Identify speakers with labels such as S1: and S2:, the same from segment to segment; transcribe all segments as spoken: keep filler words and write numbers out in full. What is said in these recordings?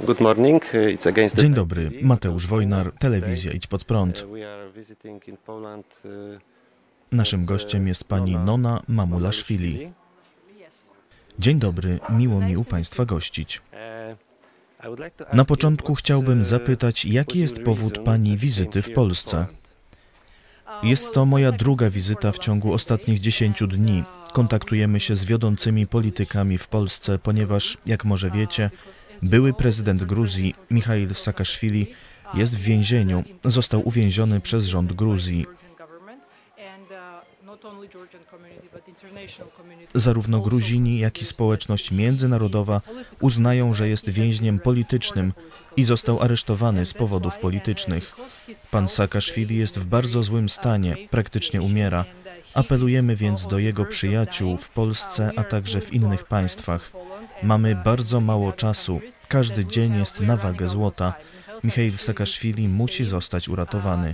S1: Good morning. It's against the...
S2: Dzień dobry, Mateusz Wojnar, telewizja Idź Pod Prąd. Naszym gościem jest pani Nona Mamulaszwili. Dzień dobry, miło mi u Państwa gościć. Na początku chciałbym zapytać, jaki jest powód Pani wizyty w Polsce? Jest to moja druga wizyta w ciągu ostatnich dziesięciu dni. Kontaktujemy się z wiodącymi politykami w Polsce, ponieważ, jak może wiecie, były prezydent Gruzji, Michail Saakaszwili, jest w więzieniu. Został uwięziony przez rząd Gruzji. Zarówno Gruzini, jak i społeczność międzynarodowa uznają, że jest więźniem politycznym i został aresztowany z powodów politycznych. Pan Saakaszwili jest w bardzo złym stanie, praktycznie umiera. Apelujemy więc do jego przyjaciół w Polsce, a także w innych państwach. Mamy bardzo mało czasu. Każdy dzień jest na wagę złota. Michail Saakaszwili musi zostać uratowany.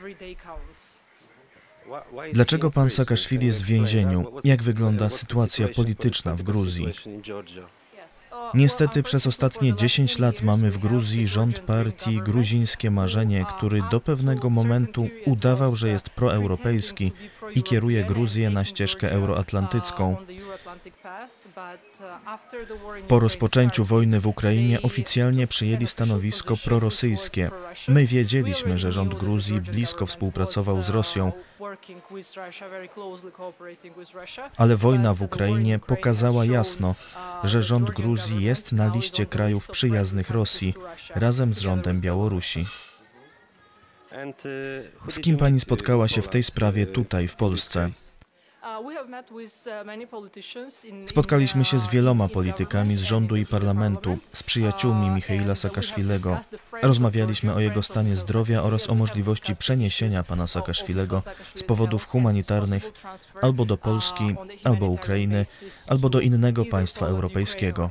S2: Dlaczego pan Saakaszwili jest w więzieniu? Jak wygląda sytuacja polityczna w Gruzji? Niestety przez ostatnie dziesięć lat mamy w Gruzji rząd partii Gruzińskie Marzenie, który do pewnego momentu udawał, że jest proeuropejski i kieruje Gruzję na ścieżkę euroatlantycką. Po rozpoczęciu wojny w Ukrainie oficjalnie przyjęli stanowisko prorosyjskie. My wiedzieliśmy, że rząd Gruzji blisko współpracował z Rosją, ale wojna w Ukrainie pokazała jasno, że rząd Gruzji jest na liście krajów przyjaznych Rosji, razem z rządem Białorusi. Z kim pani spotkała się w tej sprawie tutaj, w Polsce? Spotkaliśmy się z wieloma politykami z rządu i parlamentu, z przyjaciółmi Michaila Saakaszwilego. Rozmawialiśmy o jego stanie zdrowia oraz o możliwości przeniesienia pana Saakaszwilego z powodów humanitarnych albo do Polski, albo Ukrainy, albo do innego państwa europejskiego.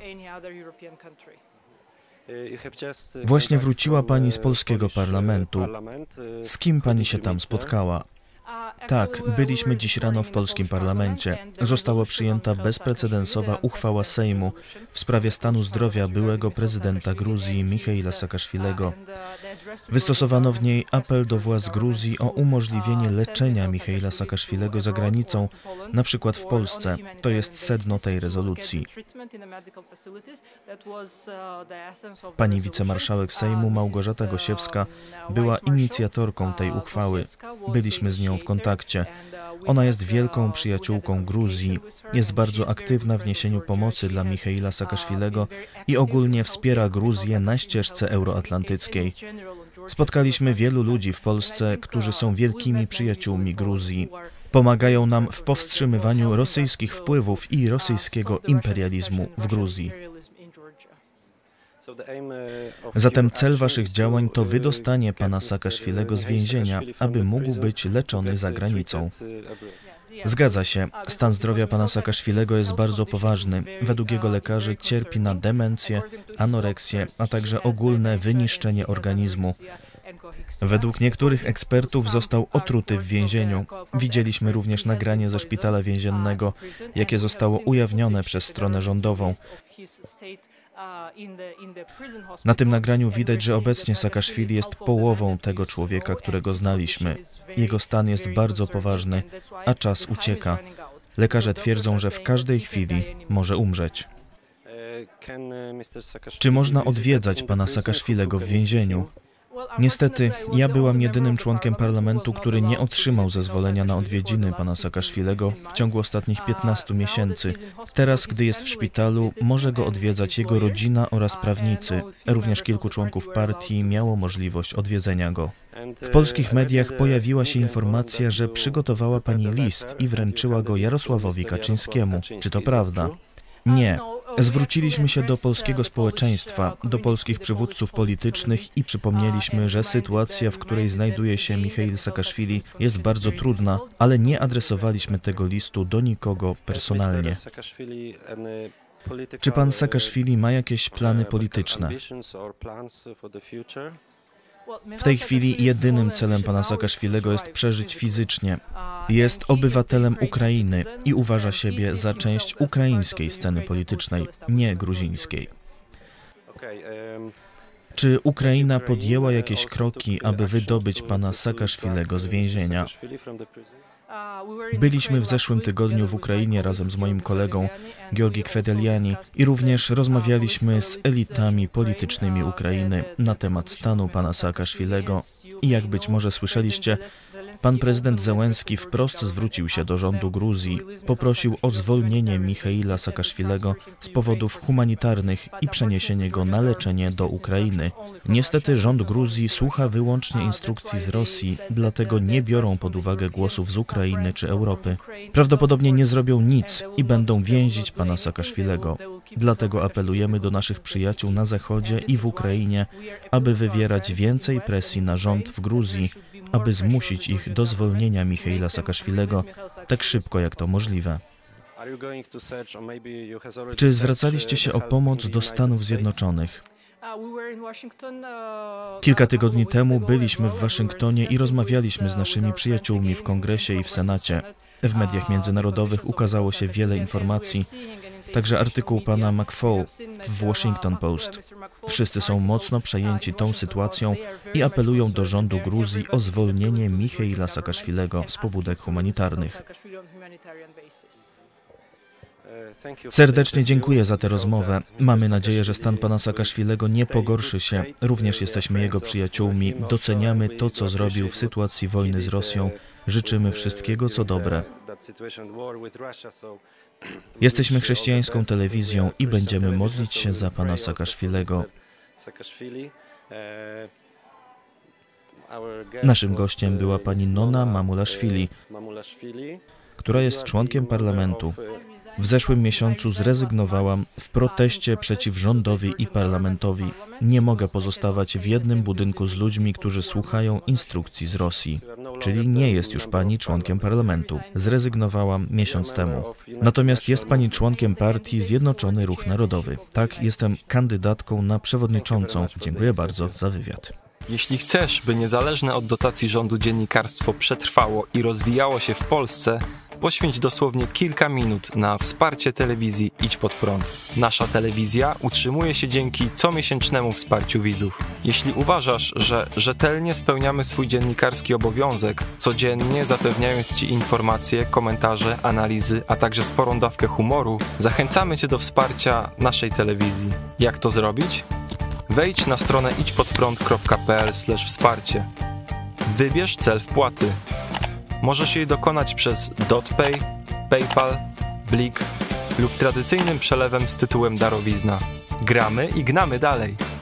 S2: Właśnie wróciła pani z polskiego parlamentu. Z kim pani się tam spotkała? Tak, byliśmy dziś rano w polskim parlamencie. Została przyjęta bezprecedensowa uchwała Sejmu w sprawie stanu zdrowia byłego prezydenta Gruzji Michaila Saakaszwilego. Wystosowano w niej apel do władz Gruzji o umożliwienie leczenia Michaila Saakaszwilego za granicą, na przykład w Polsce. To jest sedno tej rezolucji. Pani wicemarszałek Sejmu Małgorzata Gosiewska była inicjatorką tej uchwały. Byliśmy z nią w kontakcie. Ona jest wielką przyjaciółką Gruzji, jest bardzo aktywna w niesieniu pomocy dla Michaila Saakaszwilego i ogólnie wspiera Gruzję na ścieżce euroatlantyckiej. Spotkaliśmy wielu ludzi w Polsce, którzy są wielkimi przyjaciółmi Gruzji. Pomagają nam w powstrzymywaniu rosyjskich wpływów i rosyjskiego imperializmu w Gruzji. Zatem cel waszych działań to wydostanie pana Saakaszwilego z więzienia, aby mógł być leczony za granicą. Zgadza się, stan zdrowia pana Saakaszwilego jest bardzo poważny. Według jego lekarzy cierpi na demencję, anoreksję, a także ogólne wyniszczenie organizmu. Według niektórych ekspertów został otruty w więzieniu. Widzieliśmy również nagranie ze szpitala więziennego, jakie zostało ujawnione przez stronę rządową. Na tym nagraniu widać, że obecnie Saakaszwili jest połową tego człowieka, którego znaliśmy. Jego stan jest bardzo poważny, a czas ucieka. Lekarze twierdzą, że w każdej chwili może umrzeć. Czy można odwiedzać pana Saakaszwilego w więzieniu? Niestety, ja byłam jedynym członkiem parlamentu, który nie otrzymał zezwolenia na odwiedziny pana Saakaszwilego w ciągu ostatnich piętnastu miesięcy. Teraz, gdy jest w szpitalu, może go odwiedzać jego rodzina oraz prawnicy. Również kilku członków partii miało możliwość odwiedzenia go. W polskich mediach pojawiła się informacja, że przygotowała pani list i wręczyła go Jarosławowi Kaczyńskiemu. Czy to prawda? Nie. Zwróciliśmy się do polskiego społeczeństwa, do polskich przywódców politycznych i przypomnieliśmy, że sytuacja, w której znajduje się Michail Saakaszwili, jest bardzo trudna, ale nie adresowaliśmy tego listu do nikogo personalnie. Czy pan Saakaszwili ma jakieś plany polityczne? W tej chwili jedynym celem pana Saakaszwilego jest przeżyć fizycznie. Jest obywatelem Ukrainy i uważa siebie za część ukraińskiej sceny politycznej, nie gruzińskiej. Czy Ukraina podjęła jakieś kroki, aby wydobyć pana Saakaszwilego z więzienia? Byliśmy w zeszłym tygodniu w Ukrainie razem z moim kolegą Georgi Kwedeliani i również rozmawialiśmy z elitami politycznymi Ukrainy na temat stanu pana Saakaszwilego i jak być może słyszeliście, pan prezydent Zełenski wprost zwrócił się do rządu Gruzji, poprosił o zwolnienie Michaila Saakaszwilego z powodów humanitarnych i przeniesienie go na leczenie do Ukrainy. Niestety rząd Gruzji słucha wyłącznie instrukcji z Rosji, dlatego nie biorą pod uwagę głosów z Ukrainy czy Europy. Prawdopodobnie nie zrobią nic i będą więzić pana Saakaszwilego. Dlatego apelujemy do naszych przyjaciół na Zachodzie i w Ukrainie, aby wywierać więcej presji na rząd w Gruzji, aby zmusić ich do zwolnienia Michaila Saakaszwilego tak szybko, jak to możliwe. Czy zwracaliście się o pomoc do Stanów Zjednoczonych? Kilka tygodni temu byliśmy w Waszyngtonie i rozmawialiśmy z naszymi przyjaciółmi w Kongresie i w Senacie. W mediach międzynarodowych ukazało się wiele informacji, także artykuł pana McFaul w Washington Post. Wszyscy są mocno przejęci tą sytuacją i apelują do rządu Gruzji o zwolnienie Michaila Saakaszwilego z pobudek humanitarnych. Serdecznie dziękuję za tę rozmowę. Mamy nadzieję, że stan pana Saakaszwilego nie pogorszy się. Również jesteśmy jego przyjaciółmi. Doceniamy to, co zrobił w sytuacji wojny z Rosją. Życzymy wszystkiego, co dobre. Jesteśmy chrześcijańską telewizją i będziemy modlić się za pana Saakaszwilego. Naszym gościem była pani Nona Mamulaszwili, która jest członkiem parlamentu. W zeszłym miesiącu zrezygnowałam w proteście przeciw rządowi i parlamentowi. Nie mogę pozostawać w jednym budynku z ludźmi, którzy słuchają instrukcji z Rosji. Czyli nie jest już pani członkiem parlamentu. Zrezygnowałam miesiąc temu. Natomiast jest pani członkiem partii Zjednoczony Ruch Narodowy. Tak, jestem kandydatką na przewodniczącą. Dziękuję bardzo za wywiad.
S1: Jeśli chcesz, by niezależne od dotacji rządu dziennikarstwo przetrwało i rozwijało się w Polsce, poświęć dosłownie kilka minut na wsparcie telewizji Idź Pod Prąd. Nasza telewizja utrzymuje się dzięki comiesięcznemu wsparciu widzów. Jeśli uważasz, że rzetelnie spełniamy swój dziennikarski obowiązek, codziennie zapewniając Ci informacje, komentarze, analizy, a także sporą dawkę humoru, zachęcamy Cię do wsparcia naszej telewizji. Jak to zrobić? Wejdź na stronę idźpodprąd kropka p l slash wsparcie. Wybierz cel wpłaty. Możesz jej dokonać przez DotPay, PayPal, Blik lub tradycyjnym przelewem z tytułem darowizna. Gramy i gnamy dalej!